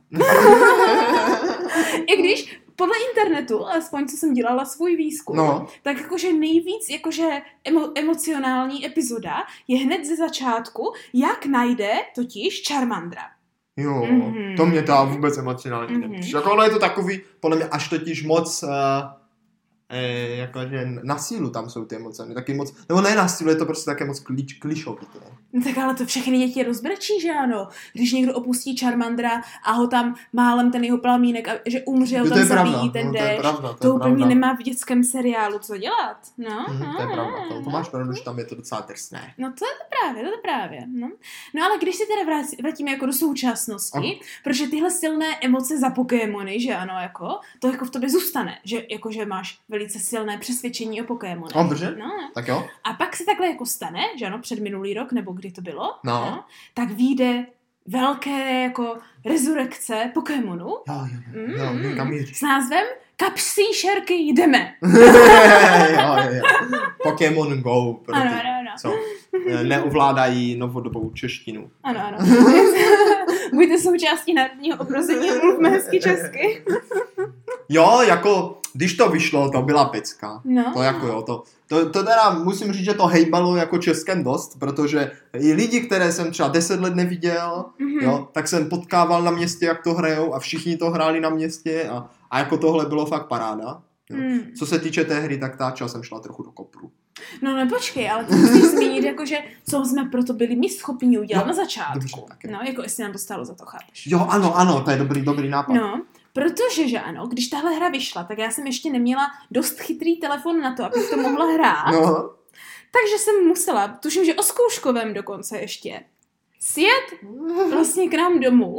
I když podle internetu, alespoň co jsem dělala svůj výzkum, no. tak jakože nejvíc jakože emo, emocionální epizoda je hned ze začátku, jak najde totiž Charmandra. Jo, mm-hmm. to mě to vůbec emocionálně mm-hmm. nepíše. Jako ono je to takový, podle mě až totiž moc, uh, eh, jakože na sílu tam jsou ty emoce, taky moc, nebo ne na sílu, je to prostě také moc klič, klišovité. No tak ale to všechny děti rozbrečí, že ano? Když někdo opustí Charmandra a ho tam málem ten jeho plamínek, a že umřel, tam zabíjí ten no, déšť. To, pravda, to, to úplně nemá v dětském seriálu co dělat. No, mm, no to je no, pravda, to, to máš pravdu, no. že tam je to docela drsné. No to je to právě, to je právě. No, no ale když se teda vrátíme jako do současnosti, oh. protože tyhle silné emoce za Pokémony, že ano, jako, to jako v tobě zůstane, že jakože máš velice silné přesvědčení o Pokémonech. Oh, dobře, no, no. Tak jo. A pak se takhle jako stane, že ano, před minulý rok, nebo kdy to bylo, no. No, tak vyjde velké jako rezurekce Pokémonů. Jo, jo, jo, jo, jo, kam s názvem Kapsí šerky jdeme. jo, jo, jo. Pokémon Go, pro ano, ty, ano, ano. co neovládají novodobou češtinu. Ano, ano. Buďte součástí národního obrození a mluvme hezky česky. Jo, jako, když to vyšlo, to byla pecka. No. To jako jo, to, to, to teda musím říct, že to hejbalo jako českém dost, protože i lidi, které jsem třeba deset let neviděl, mm-hmm. jo, tak jsem potkával na městě, jak to hrajou a všichni to hráli na městě a, a jako tohle bylo fakt paráda. Jo. Mm. Co se týče té hry, tak ta čas jsem šla trochu do kopru. No ne, počkej, ale ty musíš zmínit, jakože, co jsme proto byli my schopni udělat no, na začátku. Dobře, no, jako jestli nám to stálo za to, chápeš? Jo, ano, ano, to je dobrý, dobrý nápad. No, protože, že ano, když tahle hra vyšla, tak já jsem ještě neměla dost chytrý telefon na to, abych to mohla hrát. No. Takže jsem musela, tuším, že o zkouškovém dokonce ještě, sjet vlastně k nám domů,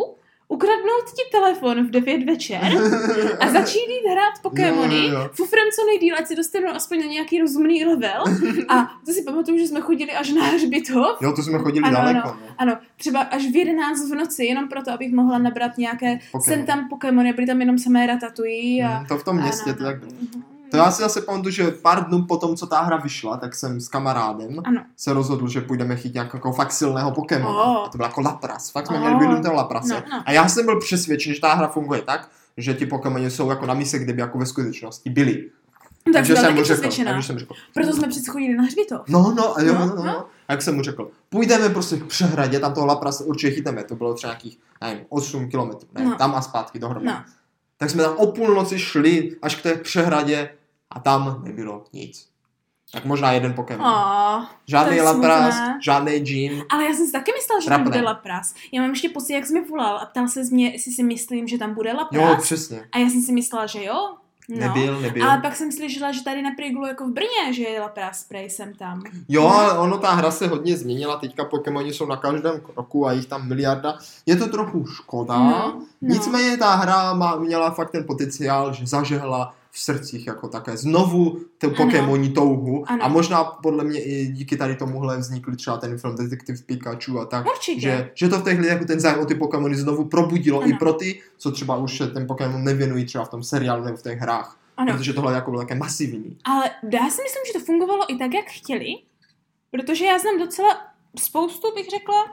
ukradnout ti telefon v devět večer a začít jít hrát Pokémony, jo, jo, jo. fufrem co nejdýl, ať se dostanou aspoň na nějaký rozumný level. A to si pamatuju, že jsme chodili až na hřbitov. Jo, to jsme chodili ano, daleko. Ano, ano, třeba až v jedenáct v noci, jenom proto, abych mohla nabrat nějaké Pokémon. sem tam Pokémony, byly tam jenom samé Ratatouille. A, hmm, to v tom městě, ano, to tak... ano. To já si zase pamatuju, že pár dnů potom, co ta hra vyšla, tak jsem s kamarádem ano. se rozhodl, že půjdeme chytit nějakého fakt silného Pokémona. Oh. A to byl jako Lapras. Fakt jsme Oh. měli vylutého Laprase. No, no. A já jsem byl přesvědčen, že ta hra funguje tak, že ti Pokémoni jsou jako na mise, kde by jako ve skutečnosti byli. Tak takže jsem jsem mu taky řekl, přesvědčená. takže jsem řekl. Proto jsme přece chodili na hřbitov. No, no, a jo, No, no, no, no. no. A jak jsem mu řekl, půjdeme prostě k přehradě, tam toho Laprase určitě chyteme. To bylo třeba nějakých, nevím, osm kilometrů, ne, No. tam a zpátky dohromady. No. Tak jsme tam o půlnoci šli až k té přehradě a tam nebylo nic. Tak možná jeden Pokémon. Oh, Žádný to je Lapras, smutné. žádný Jean. ale já jsem si taky myslela, že Trapné. tam bude Lapras. Já mám ještě pocit, jak jsi mi volal a ptal se mě, jestli si myslím, že tam bude Jo, Lapras. přesně. A já jsem si myslela, že jo. No. Nebyl, nebyl. Ale pak jsem slyšela, že tady na Priglu jako v Brně, že je Lapras spray jsem tam. Jo, ale ono, ta hra se hodně změnila, teďka Pokémoni jsou na každém kroku a jich tam miliarda. Je to trochu škoda, No, no. nicméně ta hra má, měla fakt ten potenciál, že zažehla v srdcích jako také znovu tu Pokémoni touhu Ano. a možná podle mě i díky tady tomuhle vznikl třeba ten film Detektiv Pikachu a tak, Určitě. že, že to v té chvíli jako ten zájem o ty Pokémony znovu probudilo Ano. i pro ty, co třeba už se ten Pokémon nevěnují třeba v tom seriálu nebo v těch hrách, Ano. protože tohle jako bylo také masivní. Ale já si myslím, že to fungovalo i tak, jak chtěli, protože já znám docela spoustu, bych řekla,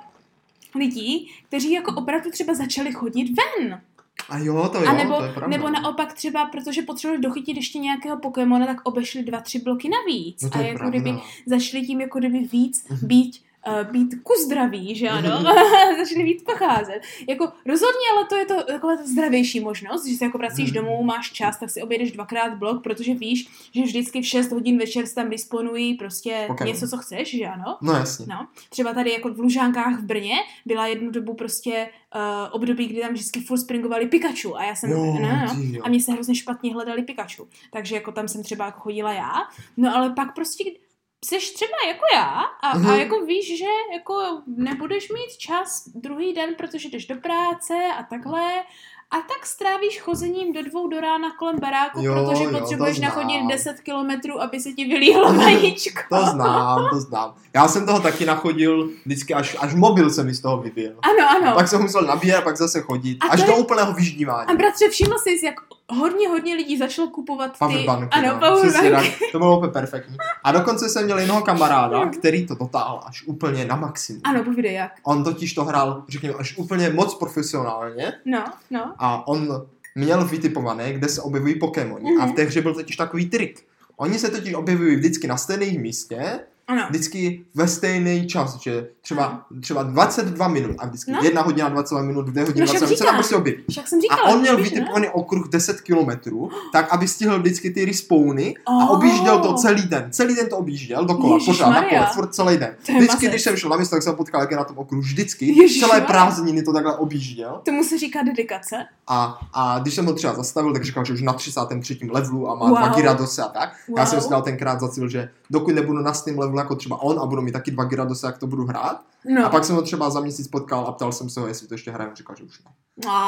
lidí, kteří jako opravdu třeba začali chodit ven. A jo, to jo, A nebo, to je pravda. nebo naopak třeba, protože potřebovali dochytit ještě nějakého Pokémona, tak obešli dva, tři bloky navíc. No to a je jako pravda. kdyby začali tím jako kdyby víc být Uh, být ku zdraví, že ano, začali víc pocházet. Jako rozhodně, ale to je to taková ta zdravější možnost, že se jako vracíš domů, máš čas, tak si objedeš dvakrát blok, protože víš, že vždycky v šest hodin večer se tam disponují prostě Pokémon. něco, co chceš, že ano. No jasně. No, třeba tady jako v Lužánkách v Brně byla jednu dobu prostě uh, období, kdy tam vždycky furt springovali Pikachu a já jsem, Jo, no, no, ty jo. a mě se hrozně špatně hledali Pikachu, takže jako tam jsem třeba jako chodila já, no ale pak prostě jseš třeba jako já a, Mhm. a jako víš, že jako nebudeš mít čas druhý den, protože jdeš do práce a takhle a tak strávíš chozením do dvou do rána kolem baráku, Jo, protože jo, potřebuješ to nachodit znám. deset kilometrů, aby se ti vylíhlo vajíčko. To znám, to znám. Já jsem toho taky nachodil, vždycky až, až mobil se mi z toho vybil. Ano, ano. Pak jsem musel nabíjet, pak zase chodit. A Až to do je- úplného vyždívání. A bratře, všiml jsi, jak hodně, hodně lidí začalo kupovat ty... Powerbanky, Ano, no. Přesně powerbanky. tak. To bylo úplně perfektní. A dokonce jsem měl jednoho kamaráda, který to dotáhl až úplně na maximum. Ano, povídej jak. On totiž to hrál, řekněme, až úplně moc profesionálně No, no. a on měl vytipované, kde se objevují Pokémoni. Mhm. A v té hře byl totiž takový trik. Oni se totiž objevují vždycky na stejném místě, Ano. vždycky ve stejný čas, že třeba, třeba dvacet dva minut a vždycky No. jedna hodina dvacet dva minut, dvě hodiny No, však dvacet dva minut se říkám. tam prostě objeví. Však jsem říkala. A on měl víš, ne? vytipovaný okruh deset kilometrů, tak aby stihl vždycky ty respawny a Oh. objížděl to celý den. Celý den to objížděl dokola, pořád Ježišmarja. nakola, furt celý den. To je Vždycky, masek. když jsem šel na místo, tak jsem potkal, jak je na tom okruhu vždycky. Ježišmarja. Celé prázdniny to takhle objížděl. Tomu se říká dedikace. A, a když jsem ho třeba zastavil, tak říkal, že už na třicátém třetím levelu a má Wow. dva Gyaradosa a tak. Já jsem Wow. si dal tenkrát za cíl, že dokud nebudu na stejném levelu jako třeba on a budu mít taky dva Gyaradosa, jak to budu hrát. No. A pak jsem ho třeba za měsíc potkal a ptal jsem se ho, jestli to ještě hraje, říkal, že už ne.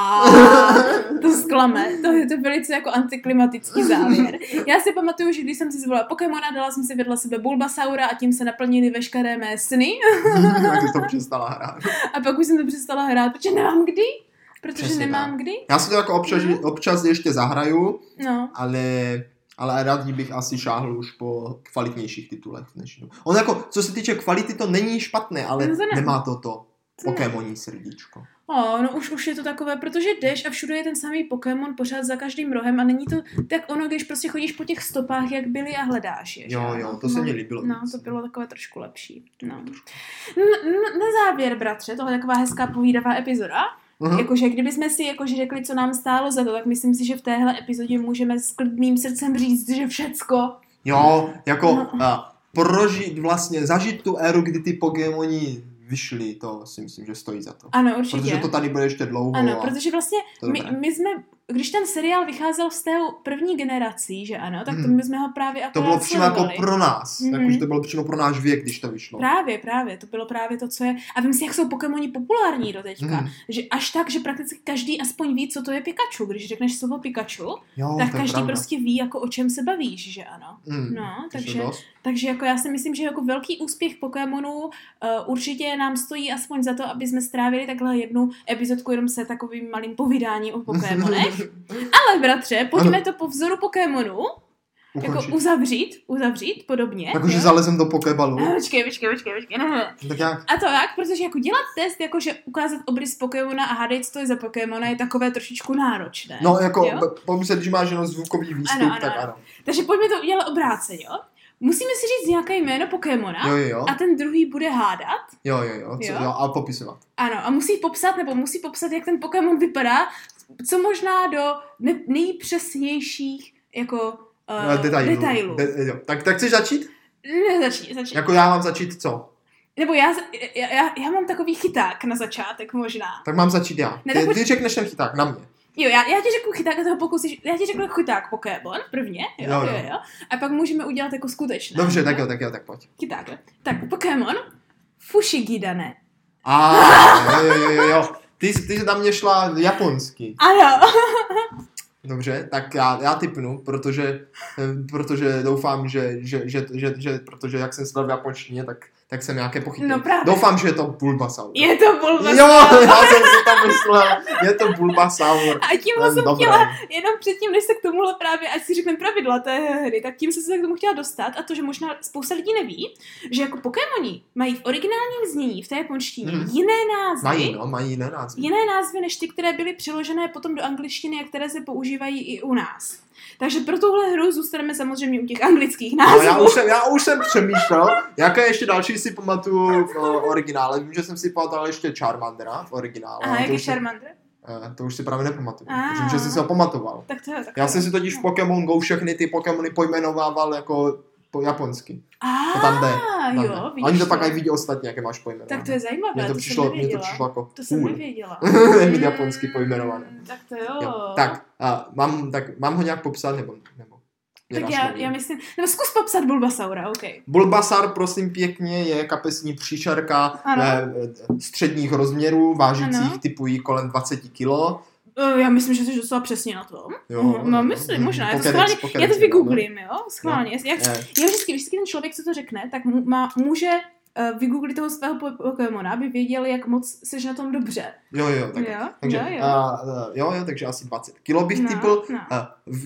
Ah, to zklame. To je to velice jako antiklimatický závěr. Já si pamatuju, že když jsem si zvolila Pokémona, dala jsem si vedle sebe Bulbasaura a tím se naplnily veškeré mé sny. Tak ty to přestala hrát. A pak už jsem to přestala hrát, protože nemám kdy. Protože Přesně nemám tak. kdy. Já si to jako občas, občas ještě zahraju, No. ale, ale rád bych asi šáhl už po kvalitnějších titulech. Než... On jako, co se týče kvality, to není špatné, ale No to ne. nemá to to To ne. Pokémoní srdíčko. O, no už, už je to takové, protože jdeš a všude je ten samý Pokémon pořád za každým rohem a není to tak ono, když prostě chodíš po těch stopách, jak byly a hledáš je. že Jo, ano? jo, to se no, mně líbilo. No, víc. to bylo takové trošku lepší. No. N- n- na závěr, bratře, tohle je taková hezká povídavá epizoda. Mhm. Jakože kdybychom si jakože řekli, co nám stálo za to, tak myslím si, že v téhle epizodě můžeme s klidným srdcem říct, že všecko. Jo, jako No. a, prožít vlastně, zažít tu éru, kdy ty Pokémoni vyšli, to si myslím, že stojí za to. Ano, určitě. Protože to tady bude ještě dlouho. Ano, a protože vlastně to je my, dobré. my jsme když ten seriál vycházel z té první generací, že ano, tak to my jsme ho právě akorát To bylo přímo jako pro nás, mm-hmm. jakože to bylo přímo pro náš věk, když to vyšlo. Právě, právě, to bylo právě to, co je, a vím si, jak jsou Pokémoni populární do teďka, mm. že až tak, že prakticky každý aspoň ví, co to je Pikachu, když řekneš slovo Pikachu, jo, tak každý pravda. prostě ví, jako o čem se bavíš, že ano. Mm, no, takže, takže jako já si myslím, že jako velký úspěch Pokémonů uh, určitě nám stojí aspoň za to, aby jsme strávili takhle jednu epizodku jenom se takovým malým povídáním o Pokémonech. Ale bratře, pojďme ano. to po vzoru Pokémonů jako uzavřít, uzavřít podobně. Jakože zalezem do Pokéballu. No, počkej, počkej, počkej, počkej. No, no. Tak jak? A to jak? Protože jako dělat test, jakože ukázat obrys Pokémona a hádej, co to je za Pokémona, je takové trošičku náročné. No jako, pomyslet, když máš jenom zvukový výstup, ano, ano, tak ano. Takže pojďme to udělat obráceně, jo? Musíme si říct nějaké jméno Pokémona jo, jo. a ten druhý bude hádat. Jo, jo, jo, co, jo? jo a popisovat. Ano, a musí popsat, nebo musí popsat, jak ten Pokémon vypadá, co možná do ne- nejpřesnějších jako uh, detailů. detailů. De- jo. Tak, tak chceš začít? Ne, začni, začni. Jako já mám začít co? Nebo já, já, já, já mám takový chyták na začátek možná. Tak mám začít já. Ne, ty, ty řekneš ten chyták na mě. Jo, já, já ti řeknu chyták a toho pokusíš, já ti řeknu chyták Pokémon prvně, jo, jo, jo, jo, a pak můžeme udělat jako skutečné. Dobře, tak jo, tak jo, tak pojď. Chyták, jo. Tak Pokémon Fushigidane. A jo, jo, jo, jo, ty, ty na mě šla japonsky. Ano. Dobře, tak já, já tipnu, protože, protože doufám, že, že, že, že, že protože jak jsem slyšel v japonštině, tak, tak jsem nějaké pochytil. No právě. Doufám, že je to Bulbasaur. Je to Bulbasaur. Jo, já jsem si tam myslel, je to Bulbasaur. A tím jsem dobré. Chtěla, jenom předtím, než se k tomuhle právě, ať si řekneme pravidla té hry, tak tím jsem se k tomu chtěla dostat a to, že možná spousta lidí neví, že jako Pokémoni mají v originálním znění v té japonštině hmm. jiné názvy. Mají, no, mají jiné názvy. Jiné názvy, než ty, které byly přeložené potom do angličtiny a které se používají i u nás. Takže pro tuhle hru zůstaneme samozřejmě u těch anglických názvů. No, já, už jsem, já už jsem přemýšlel, jaké ještě další si pamatuju v originále. Vím, že jsem si pamatoval ještě Charmandera v originále. Aha, jaký Charmander? Uh, to už si právě nepamatuju. Vím, že jsi se ho pamatoval. Tak to, tak já jsem si totiž v Pokémon Go všechny ty Pokémony pojmenovával jako po japonsky. Ah, to tam jde. Tam jo, jde. Oni to pak aj vidí ostatní, jaké máš pojmenované. Tak to je zajímavé, mě to, to přišlo, jsem nevěděla. Mě to přišlo jako To jsem nevěděla. Mít japonsky pojmenované. Tak to jo. jo. Tak, a mám, tak mám ho nějak popsat, nebo... nebo tak já, já myslím, nebo zkus popsat Bulbasaura, ok. Bulbasaur, prosím pěkně, je kapesní příšerka eh, středních rozměrů, vážících ano. typují kolem dvacet kilo. Já myslím, že jsi docela přesně na tom. Jo, no, myslím, mm, možná. Já to, schválně, já to vygooglím, jo? Schválně. No. Jak, já vždycky, vždycky ten člověk, co to řekne, tak mu, má, může uh, vygooglit toho svého Pokémona, aby věděl, jak moc jsi na tom dobře. Jo, jo. Tak, jo, takže, jo, jo. Uh, jo, jo, takže asi dvacet kilo bych no, typl. No. Uh, v,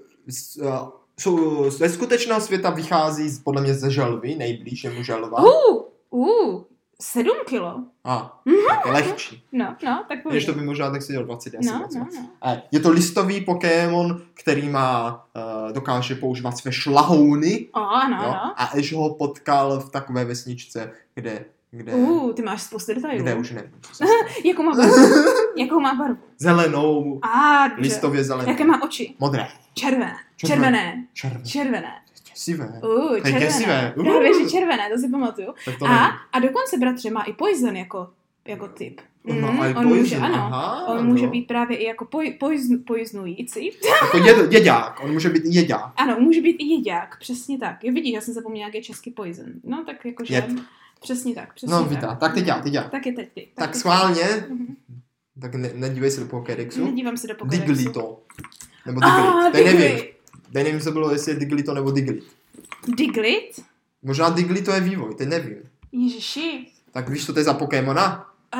uh, jsou, ze skutečného světa vychází podle mě ze želvy, nejblíž je mu želva. Uh, uh, sedm kilo. A, tak je lehčí. No, no, tak když to by možná tak seděl dvacet, asi no, dvacet. No, no. Je to listový Pokémon, který má, uh, dokáže používat své šlahouny. Oh, ano, jo? ano. A Ash ho potkal v takové vesničce, kde... kde uh, ty máš spoustu detailů. Kde už nevím. Jakou má barvu? Jakou má barvu? Zelenou. A, listově zelenou. Jaké má oči? Modré. Červené. Červené. Červené. Červené. Děsivé. Uh, červené. Uh. Právě, že červené, to si pamatuju. A, a dokonce, bratře, má i poison jako, jako typ. Mm, on poison, může, ano. Aha, on no. může být právě i jako poj, poizn, poiznující. Jako jed, jeďák, on může být i jeďák. Ano, může být i jeďák, přesně tak. Jo, vidíš, já jsem zapomněla, jak je český poison. No, tak jakože... Jed. Přesně tak, přesně no, tak. Vítá, tak teď já, teď já. Tak je teď ty. Tak, tak tak schválně, mm-hmm. tak ne, nedívej se do Pokédexu. Nedívám se do Pokédexu. Diglito. Nebo Diglett. Ah, Teď Diglett. nevím. Teď nevím, co bylo, jestli je Diglito nebo Diglett. Diglett? Možná Diglett to je vývoj, teď nevím. Ježiši. Tak víš, co to je za Pokémona? Uh,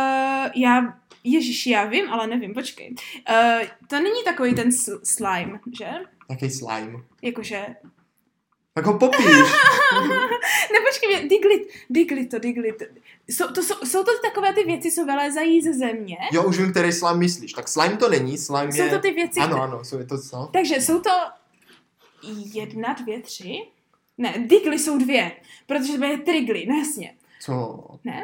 já, ježiši, já vím, ale nevím, počkej. Uh, to není takový ten sl- slime, že? Jaký slime? Jakože... Tak ho popíš. Ne, počkej, Diglett, Diglett, Diglett. Jsou to, jsou, jsou to takové ty věci, co vylézají ze země? Jo, už vím, který slime myslíš. Tak slime to není, slime jsou je... to ty věci... Ano, ano, jsou to co? Takže jsou to jedna, dvě, tři? Ne, Digly jsou dvě, protože to je Trigly, no jasně. Co? Ne?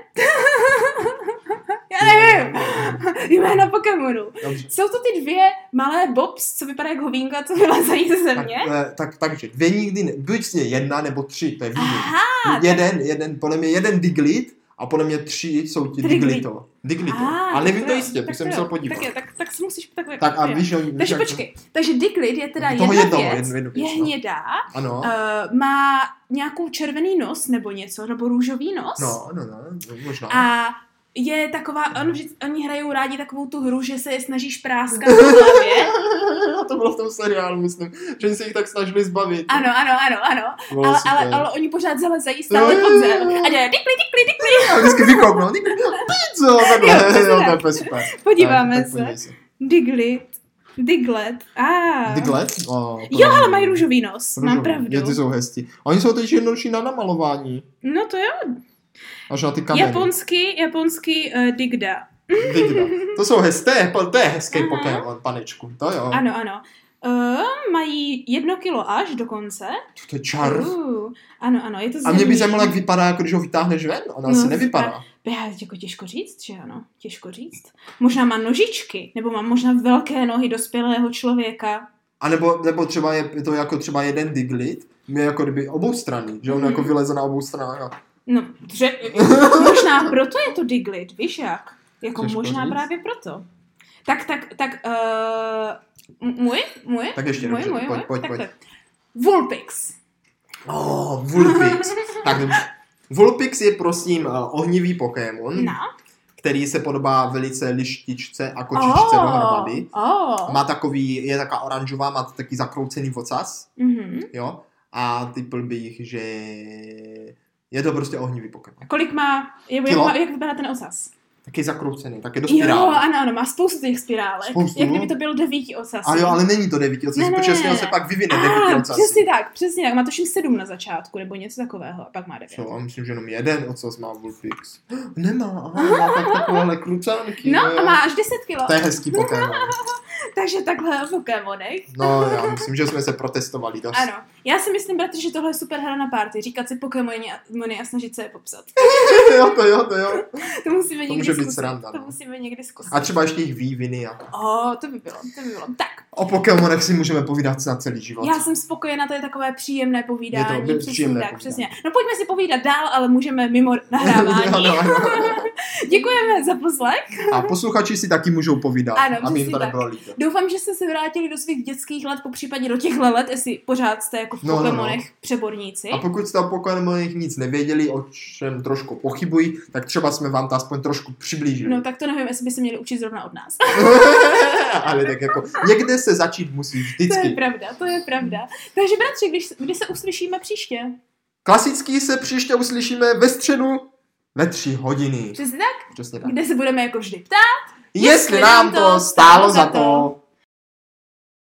Já nevím. Jména Pokémonu. Dobře. Jsou to ty dvě malé bobs, co vypadá jako hovínka, co vylezají ze země? Tak, tak, takže dvě nikdy, ne, buď je jedna nebo tři, to je vývoj. Aha, jeden, tak... jeden, podle mě jeden Diglett A podle mě tři jsou ti Diglito. Diglito. Diglito. Ah, ale nevím tak to jo, jistě, tak bych se to musel jo. podívat. Tak, je, tak, tak si musíš... Tak, Tak a je. víš, víš, Takže jak... počkej, takže Diglett je teda Toho jedna jednoho, věc, jednu, jednu věc, je no. hnědá, Ano. uh, má nějakou červený nos nebo něco, nebo růžový nos. No, no, no, možná. A je taková, on, oni hrajou rádi takovou tu hru, že se je snažíš práskat v hlavě. To bylo v tom seriálu, myslím, že oni se jich tak snažili zbavit. Ano, ano, ano, ano. Bylo Ale, super. ale, ale oni pořád zalezají stále pod zem. A dělají dikli, dikli, dikli. A vždycky vykouknou, dikli, pizzo, takhle, Jo, přesně jo, tak. to je super. Podíváme Tak, tak se. podívej se. Diglett. Diglett. Ah. Diglett? Oh, Jo, ale mají růžový nos, mám Růžový. pravdu. Je, ty jsou hezký. Oni jsou teď jednodušší na namalování. No to jo. Až na ty kamery. Japonský, japonský uh, Digda. Digda. To jsou hezké, to je, to je hezký Aha. Pokémon, panečku. To jo. Ano, ano. Uh, mají jedno kilo až dokonce. To je čar. Uh, ano, ano, je to A mě by zemní. zajímalo, jak vypadá, jako když ho vytáhneš ven. Ona No, asi nevypadá. Já, jako těžko říct, že ano, těžko říct. Možná má nožičky, nebo má možná velké nohy dospělého člověka. A nebo, nebo třeba je to jako třeba jeden Diglett, je jako kdyby oboustranný, že on Mhm. jako vyleze na obou stranách. No, že, možná proto je to Diglett, víš jak? Jako Těžko možná říct. právě proto. Tak, tak, tak, uh, můj, můj, Tak ještě můj, dobře, můj, pojď, můj, pojď, tak, pojď. tak. Vulpix. Oh, Vulpix. Tak Vulpix je prosím uh, ohnivý Pokémon, No. který se podobá velice lištičce a kočičce Oh, dohromady. oh. Má takový, je taková oranžová, má taky zakroucený ocas, Mhm. jo. A typl bych, že je to prostě ohnivý Pokémon. Kolik má, jak, Kilo? jak, jak vypadá ten ocas? Taky zakroucený, taky do Jo, spirály. ano, ano, má spoustu těch spirálek. Spoustu? Jak kdyby to bylo devíti ocasů. A jo, ale není to devíti ocas, Ne, ne, protože z ne, něho ne. se pak vyvine Ah, devíti ocas. přesně tak, přesně tak. Má tuším sedm na začátku, nebo něco takového, a pak má devět. Jo, myslím, že jenom jeden ocas má Vulpix. Nemá, aha, má tak takovéhle krucánky. No jo, jo. a má až deset kilo. To je hezký Pokémon. Takže takhle o Pokémonech. No, já myslím, že jsme se protestovali dost. Ano, já si myslím, bratře, že tohle je super hra na party. Říkat si Pokémony a, a snažit se je popsat. jo, to jo, to jo. To musíme někdy může být zkusit. sranda, To no. musíme někdy zkusit. A třeba ještě jich výviny. A... O, to by bylo, to by bylo. Tak, O Pokémonech si můžeme povídat na celý život. já jsem spokojená, to je takové příjemné povídání. Je to přesně příjemné tak, povídání. přesně. No pojďme si povídat dál, ale můžeme mimo nahrávání. ano, ano. Děkujeme za poslech. A posluchači si taky můžou povídat, Ano, aby jim přesně to tak. nebylo líto. Doufám, že jste se vrátili do svých dětských let, popřípadě do těchto let, jestli pořád jste jako v No, no, no. Pokémonech přeborníci. A pokud jste o Pokémonech nic nevěděli, o čem trošku pochybují, tak třeba jsme vám to aspoň trošku přiblížili. No tak to nevím, jestli by se měli učit zrovna od nás. Ale tak jako někde se začít musí To je vždycky. pravda, to je pravda. Takže bratři, když, kdy se uslyšíme příště? Klasicky se příště uslyšíme ve středu ve tři hodiny. Přesně tak? Přesně tak. Kde se budeme jako vždy ptát? Jestli nám to stálo za to.